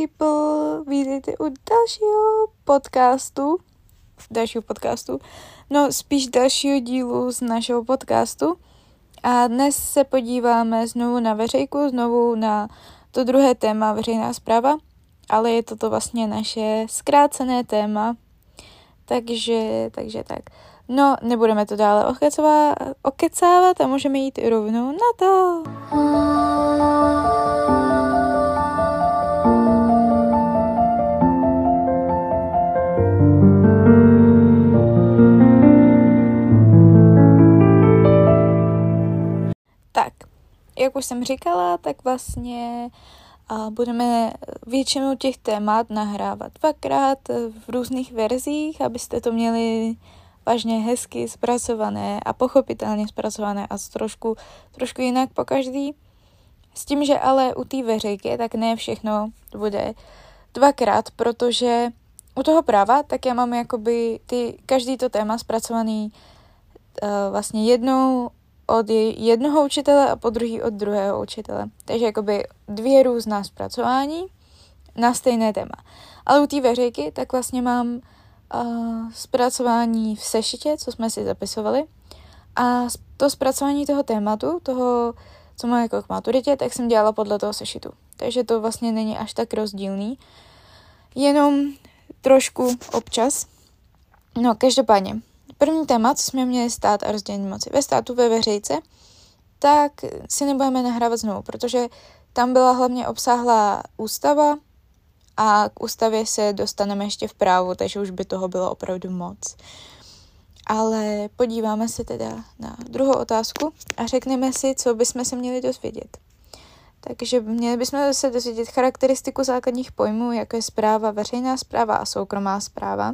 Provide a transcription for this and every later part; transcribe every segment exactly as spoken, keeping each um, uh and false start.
people, vítejte u dalšího podcastu, dalšího podcastu, no spíš dalšího dílu z našeho podcastu a dnes se podíváme znovu na veřejku, znovu na to druhé téma veřejná správa, ale je toto vlastně naše zkrácené téma, takže, takže tak. No, nebudeme to dále okecávat, okecávat a můžeme jít rovnou na to. Tak, jak už jsem říkala, tak vlastně a budeme většinu těch témat nahrávat dvakrát v různých verzích, abyste to měli vážně hezky zpracované a pochopitelně zpracované a trošku, trošku jinak po každý. S tím, že ale u té veřejky tak ne všechno bude dvakrát, protože u toho práva tak já mám jakoby ty, každý to téma zpracovaný uh, vlastně jednou od jednoho učitele a po druhý od druhého učitele. Takže jakoby dvě různá zpracování na stejné téma. Ale u té veřejky tak vlastně mám uh, zpracování v sešitě, co jsme si zapisovali. A to zpracování toho tématu, toho, co mám jako k maturitě, tak jsem dělala podle toho sešitu. Takže to vlastně není až tak rozdílný. Jenom trošku občas. No, každopádně. První téma, co jsme měli stát a rozdělení moci ve státu, ve veřejce, tak si nebudeme nahrávat znovu, protože tam byla hlavně obsáhlá ústava a k ústavě se dostaneme ještě v právu, takže už by toho bylo opravdu moc. Ale podíváme se teda na druhou otázku a řekneme si, co bychom se měli dozvědět. Takže měli bychom se dozvědět charakteristiku základních pojmů, jako je správa, veřejná správa a soukromá správa.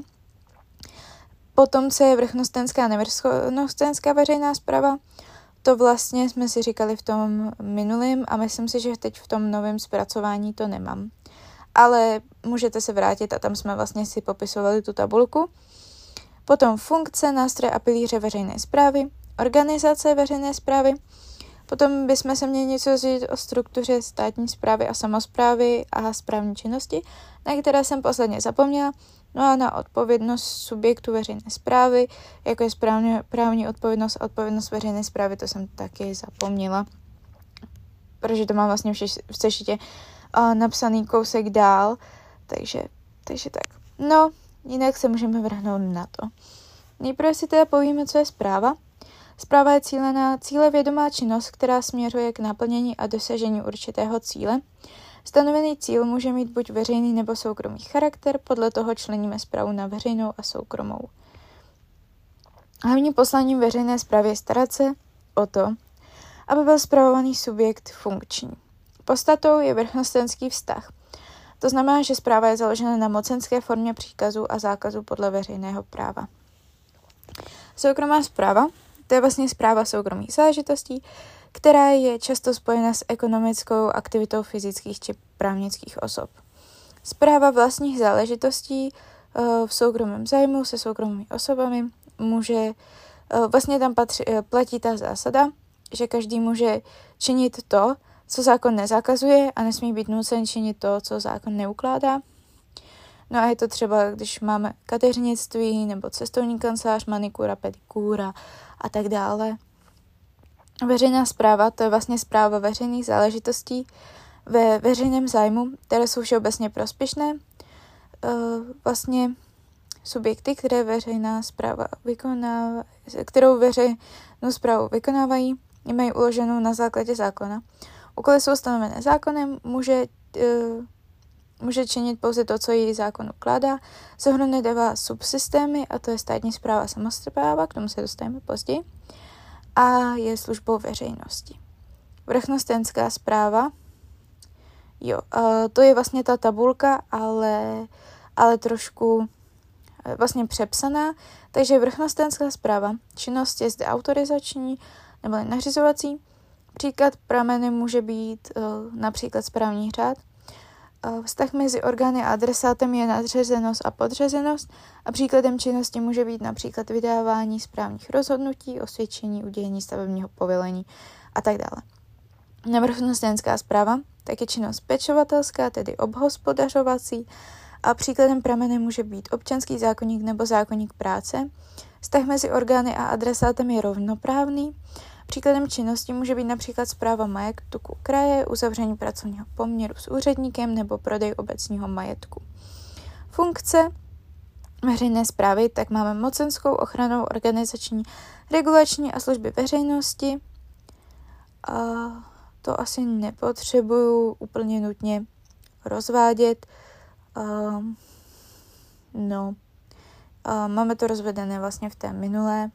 Potom, co je vrchnostenská a nevrchnostenská veřejná správa, to vlastně jsme si říkali v tom minulém a myslím si, že teď v tom novém zpracování to nemám. Ale můžete se vrátit a tam jsme vlastně si popisovali tu tabulku. Potom funkce, nástroje a pilíře veřejné správy, organizace veřejné správy. Potom bychom se měli něco říct o struktuře státní správy a samosprávy a správní činnosti, na které jsem posledně zapomněla. No a na odpovědnost subjektu veřejné správy, jako je správně, právní odpovědnost a odpovědnost veřejné správy, to jsem taky zapomněla, protože to mám vlastně v, šeš- v sešitě uh, napsaný kousek dál, takže, takže tak. No, jinak se můžeme vrhnout na to. Nejprve si teda povíme, co je správa. Správa je cílená, cílevědomá činnost, která směřuje k naplnění a dosažení určitého cíle. Stanovený cíl může mít buď veřejný nebo soukromý charakter, podle toho členíme správu na veřejnou a soukromou. Hlavním posláním veřejné správy je starat se o to, aby byl spravovaný subjekt funkční. Podstatou je vrchnostenský vztah. To znamená, že správa je založena na mocenské formě příkazů a zákazů podle veřejného práva. Soukromá správa, to je vlastně správa soukromých záležitostí, která je často spojena s ekonomickou aktivitou fyzických či právnických osob. Správa vlastních záležitostí v soukromém zájmu se soukromými osobami může, vlastně tam patří, platí ta zásada, že každý může činit to, co zákon nezakazuje a nesmí být nucen činit to, co zákon neukládá. No a je to třeba, když máme kadeřnictví nebo cestovní kancelář, manikura, pedikura a tak dále. Veřejná správa, to je vlastně správa veřejných záležitostí ve veřejném zájmu, které jsou všeobecně prospěšné. Vlastně subjekty, které veřejná správa vykonává, kterou veřejnou správu vykonávají, mají uloženou na základě zákona. Úkoly jsou stanovené zákonem, může, může činit pouze to, co jí zákon ukládá. Zahrnuje dva subsystémy, a to je státní správa a samospráva, k tomu se dostaneme později, a je službou veřejnosti. Vrchnostenská správa, jo, to je vlastně ta tabulka, ale, ale trošku vlastně přepsaná, takže vrchnostenská správa, činnost je zde autorizační nebo nařizovací. Příklad pramenem může být například správní řád. Vztah mezi orgány a adresátem je nadřazenost a podřazenost a příkladem činnosti může být například vydávání správních rozhodnutí, osvědčení, udělení stavebního povolení a tak dále. Vrchnostenská správa, tak je činnost pečovatelská, tedy obhospodařovací, a příkladem pramene může být občanský zákoník nebo zákoník práce. Vztah mezi orgány a adresátem je rovnoprávný. Příkladem činnosti může být například správa majetku kraje, uzavření pracovního poměru s úředníkem nebo prodej obecního majetku. Funkce veřejné správy, tak máme mocenskou, ochranou, organizační, regulační a služby veřejnosti. A to asi nepotřebuju úplně nutně rozvádět. Uh, no, uh, máme to rozvedené vlastně v té minulé,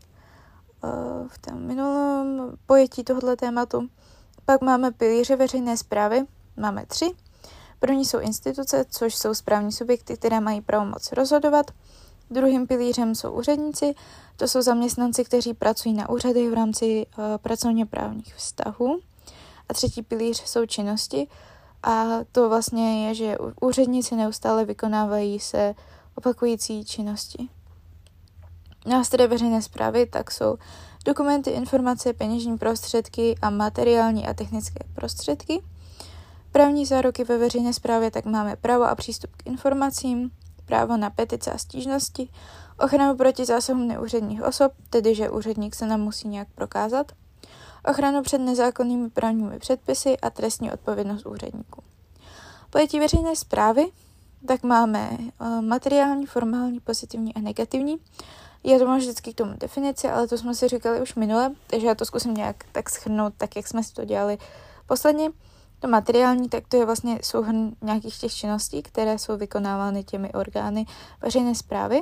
uh, v tom minulém pojetí tohoto tématu. Pak máme pilíře veřejné správy, máme tři. První jsou instituce, což jsou správní subjekty, které mají pravomoc rozhodovat. Druhým pilířem jsou úředníci, to jsou zaměstnanci, kteří pracují na úřadech v rámci uh, pracovně právních vztahů. A třetí pilíř jsou činnosti, a to vlastně je, že úředníci neustále vykonávají se opakující činnosti. Nástroje veřejné správy tak jsou dokumenty, informace, peněžní prostředky a materiální a technické prostředky. Právní záruky ve veřejné správě tak máme právo a přístup k informacím, právo na petice a stížnosti, ochranu proti zásahům neúředních osob, tedy že úředník se nám musí nějak prokázat, ochranu před nezákonnými právními předpisy a trestní odpovědnost úředníků. Pojetí veřejné správy tak máme uh, materiální, formální, pozitivní a negativní. Já to mám vždycky k tomu definici, ale to jsme si říkali už minule, takže já to zkusím nějak tak shrnout, tak jak jsme si to dělali posledně. To materiální, tak to je vlastně souhrn nějakých těch činností, které jsou vykonávány těmi orgány veřejné správy.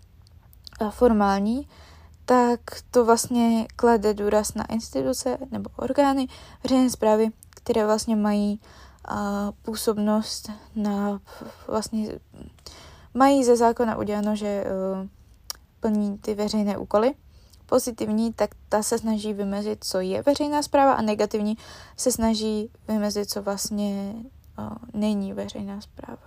A formální, tak to vlastně klade důraz na instituce nebo orgány veřejné správy, které vlastně mají uh, působnost na vlastně mají ze zákona uděláno, že uh, plní ty veřejné úkoly. Pozitivní, tak ta se snaží vymezit, co je veřejná správa, a negativní se snaží vymezit, co vlastně uh, není veřejná správa.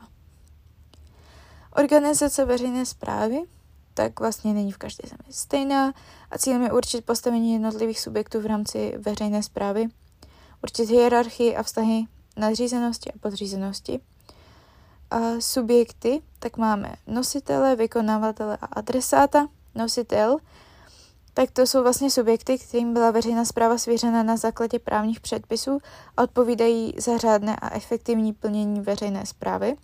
Organizace veřejné správy tak vlastně není v každé zemi stejná a cílem je určit postavení jednotlivých subjektů v rámci veřejné správy, určit hierarchii a vztahy nadřízenosti a podřízenosti. A subjekty, tak máme nositele, vykonavatele a adresáta. Nositel, tak to jsou vlastně subjekty, kterým byla veřejná správa svěřena na základě právních předpisů a odpovídají za řádné a efektivní plnění veřejné správy.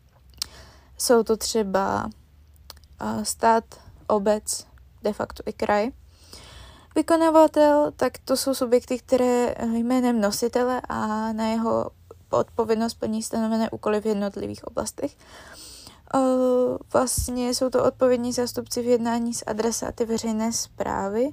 Jsou to třeba stát, obec, de facto i kraj. Vykonavatel, tak to jsou subjekty, které jménem nositele a na jeho odpovědnost plní stanovené úkoly v jednotlivých oblastech. Vlastně jsou to odpovědní zástupci v jednání s adresáty veřejné správy.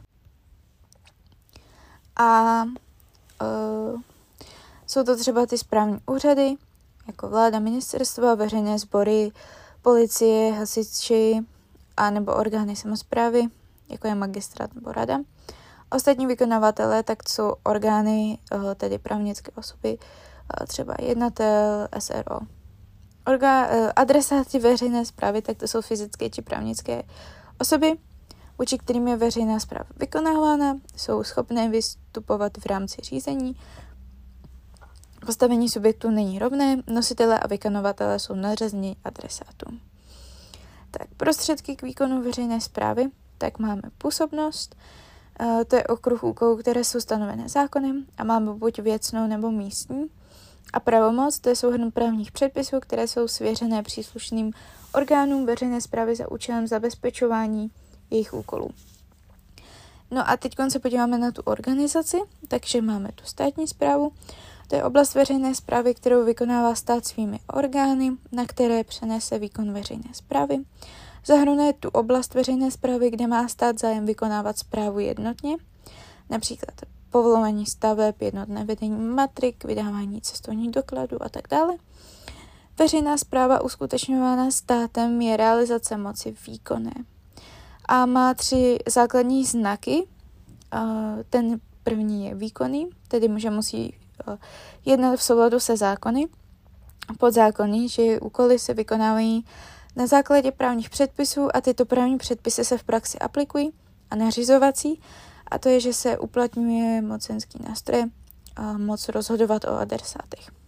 A uh, jsou to třeba ty správní úřady, jako vláda, ministerstva, veřejné sbory, policie, hasiči a nebo orgány samosprávy, jako je magistrát nebo rada. Ostatní vykonavatelé, tak jsou orgány, tedy právnické osoby, třeba jednatel, S R O. Orga, adresáty veřejné správy, tak to jsou fyzické či právnické osoby, vůči kterým je veřejná správa vykonávána, jsou schopné vystupovat v rámci řízení. Postavení subjektů není rovné, nositelé a vykonavatelé jsou nadřazení adresátům. Tak prostředky k výkonu veřejné správy, tak máme působnost, to je okruh úkolů, které jsou stanovené zákonem a máme buď věcnou nebo místní. A pravomoc, to je souhrn právních předpisů, které jsou svěřené příslušným orgánům veřejné správy za účelem zabezpečování jejich úkolů. No a teď se podíváme na tu organizaci, takže máme tu státní správu. To je oblast veřejné správy, kterou vykonává stát svými orgány, na které přenese výkon veřejné správy. Zahrnuje tu oblast veřejné správy, kde má stát zájem vykonávat správu jednotně, například povolování staveb, jednotné vedení matrik, vydávání cestovních dokladů a tak dále. Veřejná správa uskutečňovaná státem je realizace moci výkonné a má tři základní znaky. Ten první je výkonný, tedy že musí jednat v souladu se zákony. Podzákonný, že úkoly se vykonávají na základě právních předpisů a tyto právní předpisy se v praxi aplikují. A nařizovací, a to je, že se uplatňuje mocenský nástroj a moc rozhodovat o adresátech.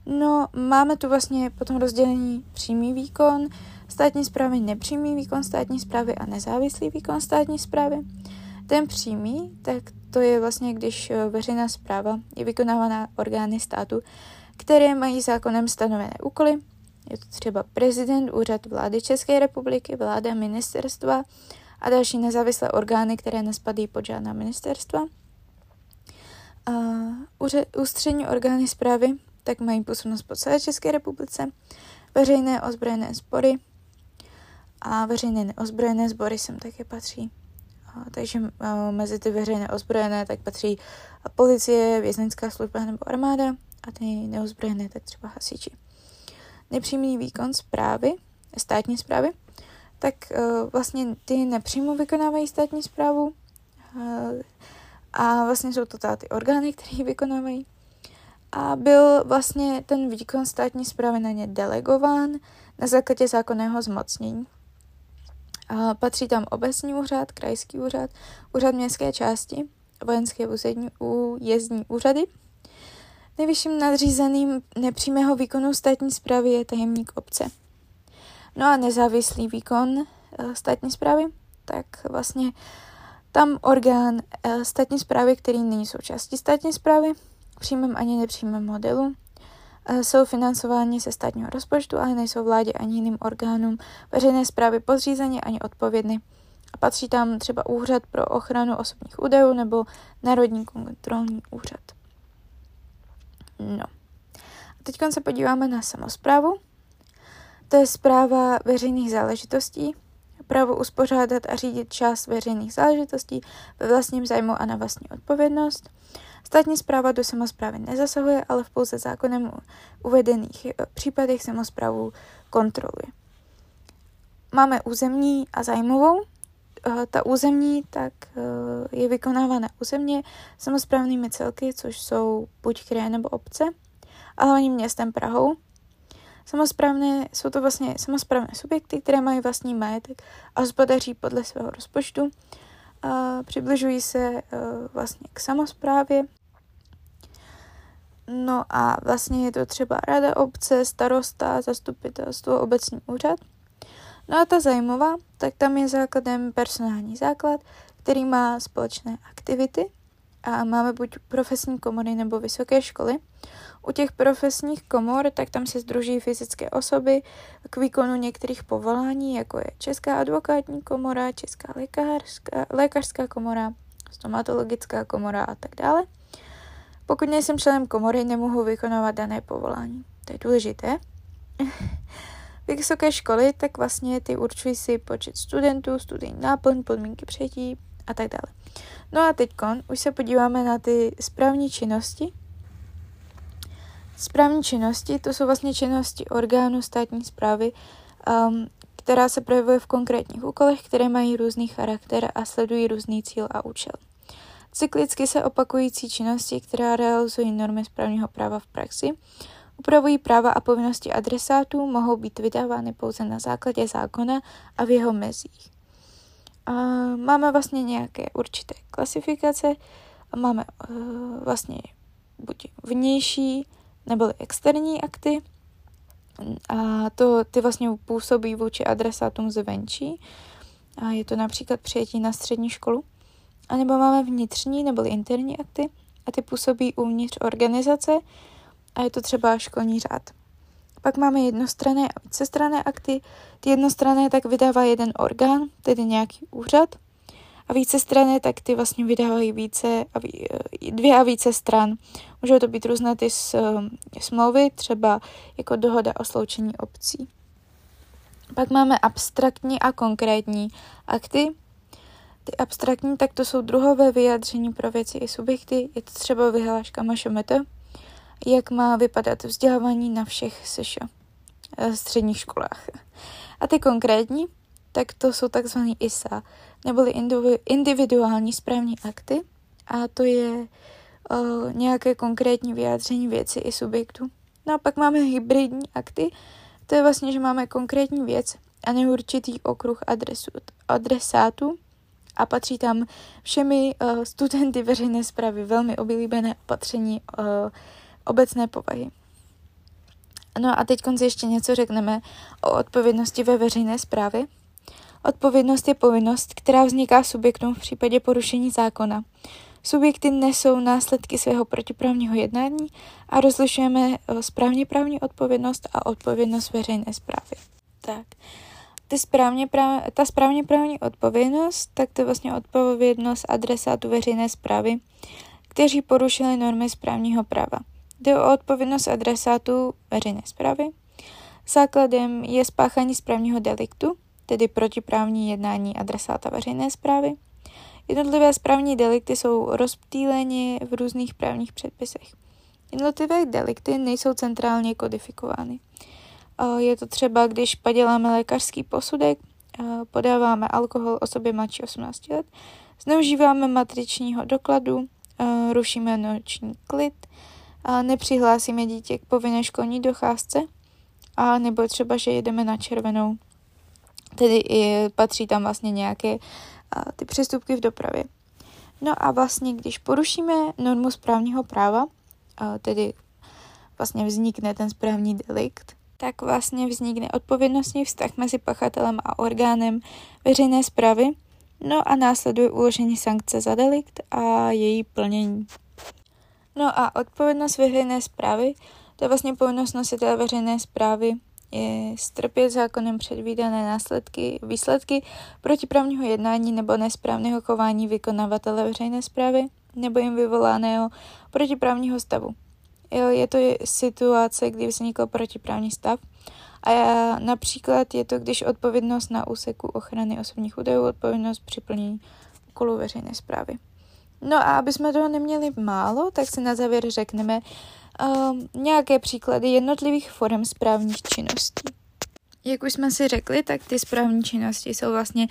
No, máme tu vlastně potom rozdělení přímý výkon státní správy, nepřímý výkon státní správy a nezávislý výkon státní správy. Ten přímý, tak to je vlastně, když veřejná správa je vykonávaná orgány státu, které mají zákonem stanovené úkoly. Je to třeba prezident, úřad vlády České republiky, vláda, ministerstva a další nezávislé orgány, které nespadají pod žádná ministerstva. A ústřední orgány správy tak mají působnost po celé České republice, veřejné ozbrojené sbory a veřejné neozbrojené sbory sem také patří. A, takže a, mezi ty veřejné ozbrojené tak patří policie, vězeňská služba nebo armáda a ty neozbrojené tak třeba hasiči. Nepřímý výkon správy, státní správy, tak uh, vlastně ty nepřímo vykonávají státní správu uh, a vlastně jsou to teda ty orgány, které ji vykonávají. A byl vlastně ten výkon státní správy na ně delegován na základě zákonného zmocnění. A patří tam obecní úřad, krajský úřad, úřad městské části, vojenské územní, újezdní úřady. Nejvyšším nadřízeným nepřímého výkonu státní správy je tajemník obce. No a nezávislý výkon státní správy, tak vlastně tam orgán státní správy, který není součástí státní správy, v přímém ani nepřímém modelu, jsou financováni ze státního rozpočtu, ale nejsou vládě ani jiným orgánům veřejné správy podřízeni ani odpovědny. A patří tam třeba úřad pro ochranu osobních údajů nebo Národní kontrolní úřad. No. A teď se podíváme na samosprávu. To je správa veřejných záležitostí, právo uspořádat a řídit část veřejných záležitostí ve vlastním zájmu a na vlastní odpovědnost. Státní správa do samosprávy nezasahuje, ale v pouze zákonem uvedených případech samosprávu kontroluje. Máme územní a zájmovou. Ta územní tak je vykonávána územně samosprávnými celky, což jsou buď kraje nebo obce, a hlavním městem Prahou. Samosprávné, jsou to vlastně samosprávné subjekty, které mají vlastní majetek a hospodaří podle svého rozpočtu. A přibližují se vlastně k samosprávě. No a vlastně je to třeba rada obce, starosta, zastupitelstvo, obecní úřad. No a ta zájmová, tak tam je základem personální základ, který má společné aktivity a máme buď profesní komory nebo vysoké školy. U těch profesních komor, tak tam se sdruží fyzické osoby k výkonu některých povolání, jako je Česká advokátní komora, Česká lékařská, lékařská komora, stomatologická komora a tak dále. Pokud nejsem členem komory, nemohu vykonávat dané povolání. To je důležité. Vysoké školy, tak vlastně ty určují si počet studentů, studijní náplň, podmínky přijetí a tak dále. No a teďkon už se podíváme na ty správní činnosti. Správní činnosti, to jsou vlastně činnosti orgánů státní správy, um, která se projevuje v konkrétních úkolech, které mají různý charakter a sledují různý cíl a účel. Cyklicky se opakující činnosti, která realizují normy správního práva v praxi, upravují práva a povinnosti adresátů, mohou být vydávány pouze na základě zákona a v jeho mezích. A máme vlastně nějaké určité klasifikace, a máme uh, vlastně buď vnější nebo externí akty, a to ty vlastně působí vůči adresátům zvenčí. A je to například přijetí na střední školu. A nebo máme vnitřní nebo interní akty a ty působí uvnitř organizace a je to třeba školní řád. Pak máme jednostranné a vícestranné akty. Ty jednostranné tak vydává jeden orgán, tedy nějaký úřad. A vícestranné tak ty vlastně vydávají více a ví, dvě a více stran. Můžou to být různé ty smlouvy, třeba jako dohoda o sloučení obcí. Pak máme abstraktní a konkrétní akty. Ty abstraktní, tak to jsou druhové vyjádření pro věci i subjekty. Je to třeba vyhláška M Š M T, jak má vypadat vzdělávání na všech S Š středních školách. A ty konkrétní, tak to jsou takzvaný I S A, neboli individuální správní akty. A to je uh, nějaké konkrétní vyjádření věci i subjektu. No a pak máme hybridní akty. To je vlastně, že máme konkrétní věc a neurčitý okruh adresu, adresátů. A patří tam všemi uh, studenty veřejné správy velmi oblíbené opatření uh, obecné povahy. No a teď konci ještě něco řekneme o odpovědnosti ve veřejné správě. Odpovědnost je povinnost, která vzniká subjektům v případě porušení zákona. Subjekty nesou následky svého protiprávního jednání a rozlišujeme správně právní odpovědnost a odpovědnost veřejné správy. Tak, ty správně práv, ta správně právní odpovědnost, tak to je vlastně odpovědnost adresátů veřejné správy, kteří porušili normy správního práva. Jde o odpovědnost adresátů veřejné správy. Základem je spáchání správního deliktu, tedy protiprávní jednání adresáta veřejné správy. Jednotlivé správní delikty jsou rozptýleny v různých právních předpisech. Jednotlivé delikty nejsou centrálně kodifikovány. Je to třeba, když paděláme lékařský posudek, podáváme alkohol osobě mladší osmnácti let, zneužíváme matričního dokladu, rušíme noční klid, nepřihlásíme dítě k povinné školní docházce, a nebo třeba, že jedeme na červenou. Tedy i patří tam vlastně nějaké a, ty přestupky v dopravě. No a vlastně, když porušíme normu správního práva, a, tedy vlastně vznikne ten správní delikt, tak vlastně vznikne odpovědnostní vztah mezi pachatelem a orgánem veřejné správy, no a následuje uložení sankce za delikt a její plnění. No a odpovědnost veřejné správy, to je vlastně povinnost nositele veřejné správy je strpět zákonem předvídané následky, výsledky protiprávního jednání nebo nesprávného chování vykonavatele veřejné správy nebo jim vyvolaného protiprávního stavu. Jo, je to situace, kdy vznikl protiprávní stav a já, například je to, když odpovědnost na úseku ochrany osobních údajů, odpovědnost při plnění úkolů veřejné správy. No a aby jsme toho neměli málo, tak si na závěr řekneme um, nějaké příklady jednotlivých forem správních činností. Jak už jsme si řekli, tak ty správní činnosti jsou vlastně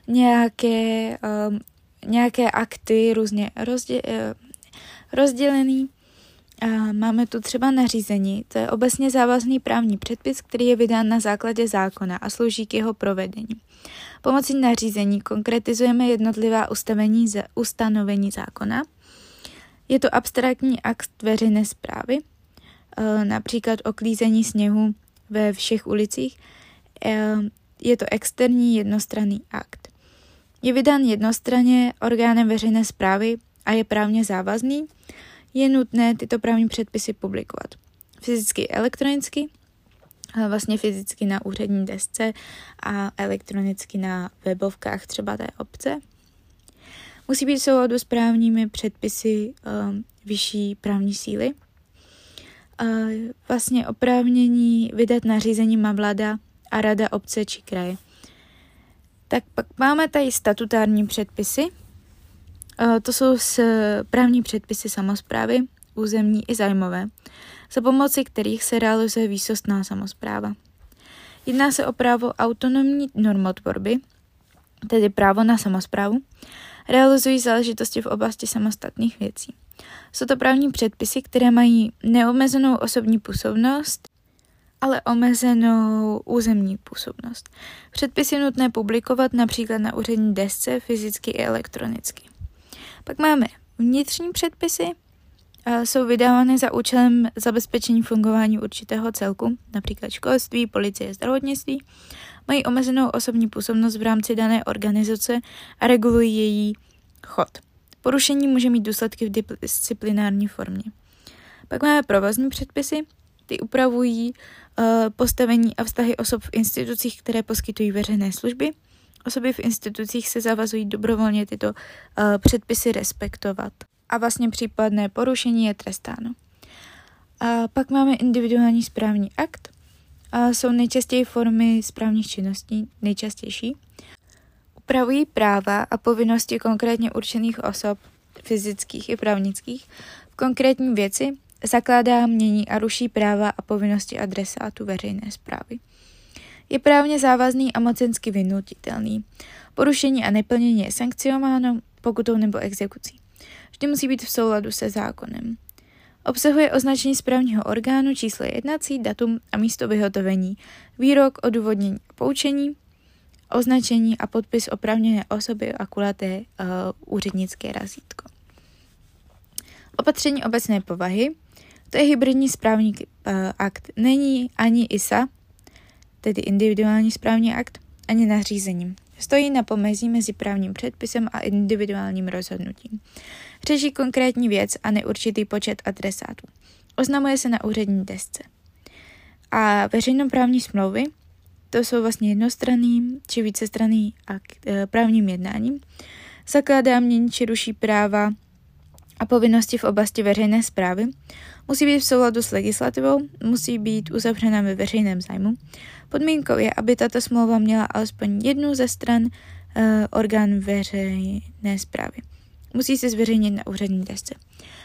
nějaké, um, nějaké akty různě rozdě, uh, rozdělený. A máme tu třeba nařízení, to je obecně závazný právní předpis, který je vydán na základě zákona a slouží k jeho provedení. Pomocí nařízení konkretizujeme jednotlivá ustavení, ustanovení zákona. Je to abstraktní akt veřejné správy, například o klízení sněhu ve všech ulicích. Je to externí jednostranný akt. Je vydán jednostranně orgánem veřejné správy a je právně závazný. Je nutné tyto právní předpisy publikovat fyzicky i elektronicky, vlastně fyzicky na úřední desce a elektronicky na webovkách třeba té obce. Musí být v souladu s právními předpisy um, vyšší právní síly. Uh, vlastně oprávnění vydat nařízení má vláda a rada obce či kraje. Tak pak máme tady statutární předpisy. To jsou právní předpisy samosprávy, územní i zájmové, za pomoci kterých se realizuje výsostná samospráva. Jedná se o právo autonomní normotvorby, tedy právo na samosprávu, realizují záležitosti v oblasti samostatných věcí. Jsou to právní předpisy, které mají neomezenou osobní působnost, ale omezenou územní působnost. Předpisy je nutné publikovat například na úřední desce, fyzicky i elektronicky. Pak máme vnitřní předpisy, jsou vydávány za účelem zabezpečení fungování určitého celku, například školství, policie, zdravotnictví, mají omezenou osobní působnost v rámci dané organizace a regulují její chod. Porušení může mít důsledky v disciplinární formě. Pak máme provozní předpisy, ty upravují uh, postavení a vztahy osob v institucích, které poskytují veřejné služby. Osoby v institucích se zavazují dobrovolně tyto uh, předpisy respektovat a vlastně případné porušení je trestáno. A pak máme individuální správní akt. A jsou nejčastěji formy správních činností, nejčastější. Upravují práva a povinnosti konkrétně určených osob, fyzických i právnických, v konkrétní věci, zakládá, mění a ruší práva a povinnosti adresátů veřejné správy. Je právně závazný a mocensky vynutitelný. Porušení a neplnění je sankcionováno pokutou nebo exekucí. Vždy musí být v souladu se zákonem. Obsahuje označení správního orgánu, číslo jednací, datum a místo vyhotovení, výrok, odůvodnění a poučení, označení a podpis oprávněné osoby a kulaté uh, úřednické razítko. Opatření obecné povahy, To je hybridní správní uh, akt. Není ani I S A, tedy individuální správní akt, ani nařízením. Stojí na pomezí mezi právním předpisem a individuálním rozhodnutím. Řeší konkrétní věc a neurčitý počet adresátů. Oznamuje se na úřední desce. A veřejnoprávní smlouvy, to jsou vlastně jednostranný či vícestranný akt, e, právním jednáním, zakládá, mění či ruší práva a povinnosti v oblasti veřejné správy, musí být v souladu s legislativou, musí být uzavřena ve veřejném zájmu. Podmínkou je, aby tato smlouva měla alespoň jednu ze stran uh, orgán veřejné správy. Musí se zveřejnit na úřední desce.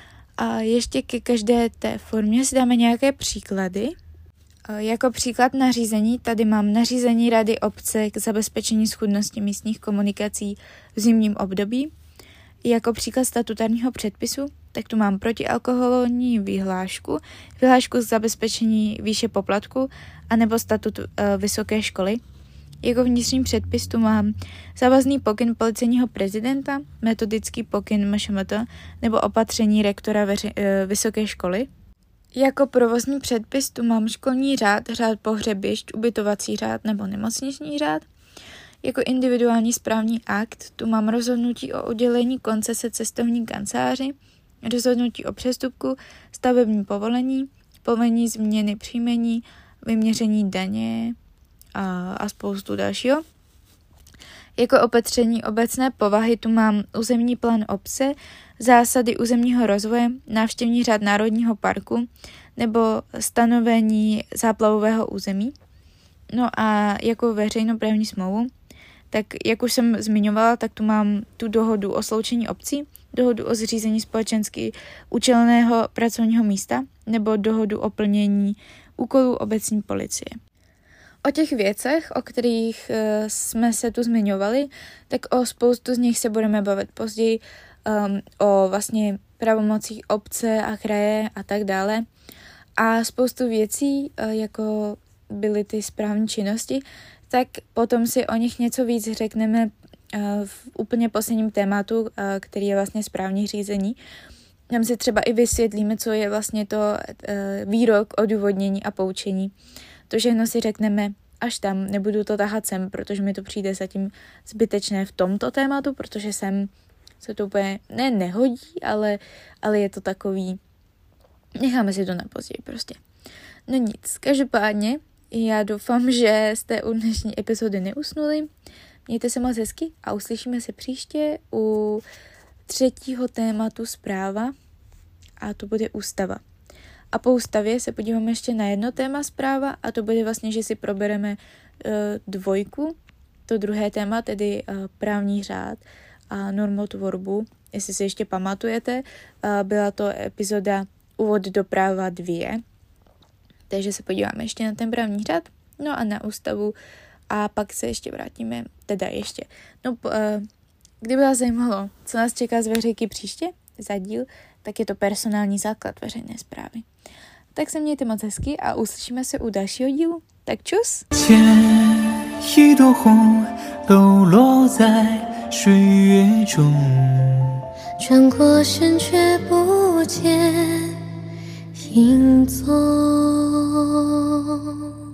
A ještě ke každé té formě si dáme nějaké příklady. Uh, jako příklad nařízení, tady mám nařízení Rady obce k zabezpečení schůdnosti místních komunikací v zimním období. Jako příklad statutárního předpisu, tak tu mám protialkoholní vyhlášku, vyhlášku k zabezpečení výše poplatku anebo statut uh, vysoké školy. Jako vnitřní předpis tu mám závazný pokyn policejního prezidenta, metodický pokyn M Š M T nebo opatření rektora veři, uh, vysoké školy. Jako provozní předpis tu mám školní řád, řád pohřebišť, ubytovací řád nebo nemocniční řád. Jako individuální správní akt tu mám rozhodnutí o udělení koncese cestovní kanceláři, rozhodnutí o přestupku, stavební povolení, povolení změny příjmení, vyměření daně a, a spoustu dalšího. Jako opatření obecné povahy tu mám územní plán obce, zásady územního rozvoje, návštěvní řád národního parku nebo stanovení záplavového území. No a jako veřejnoprávní smlouvu, tak jak už jsem zmiňovala, tak tu mám tu dohodu o sloučení obcí, dohodu o zřízení společensky účelného pracovního místa nebo dohodu o plnění úkolů obecní policie. O těch věcech, o kterých uh, jsme se tu zmiňovali, tak o spoustu z nich se budeme bavit později, um, o vlastně pravomocích obce a kraje a tak dále. A spoustu věcí, uh, jako byly ty správní činnosti, tak potom si o nich něco víc řekneme uh, v úplně posledním tématu, uh, který je vlastně správní řízení. Tam si třeba i vysvětlíme, co je vlastně to uh, výrok, odůvodnění a poučení. To všechno si řekneme až tam, nebudu to tahat sem, protože mi to přijde zatím zbytečné v tomto tématu, protože sem se to úplně ne nehodí, ale, ale je to takový, necháme si to na později prostě. No nic, každopádně já doufám, že jste u dnešní epizody neusnuli. Mějte se moc hezky a uslyšíme se příště u třetího tématu zpráva a to bude ústava. A po ústavě se podíváme ještě na jedno téma zpráva a to bude vlastně, že si probereme uh, dvojku, to druhé téma, tedy uh, právní řád a normotvorbu. Jestli si ještě pamatujete, uh, byla to epizoda Úvod do práva dvě. Takže se podíváme ještě na ten právní řád, no a na ústavu a pak se ještě vrátíme, teda ještě. No, uh, kdyby vás zajímalo, co nás čeká z veřejky příště, za díl, tak je to personální základ veřejné správy. Tak se mějte moc hezky a uslyšíme se u dalšího dílu. Tak čus! 一朵红抖落在水月中，转过身却不见影踪。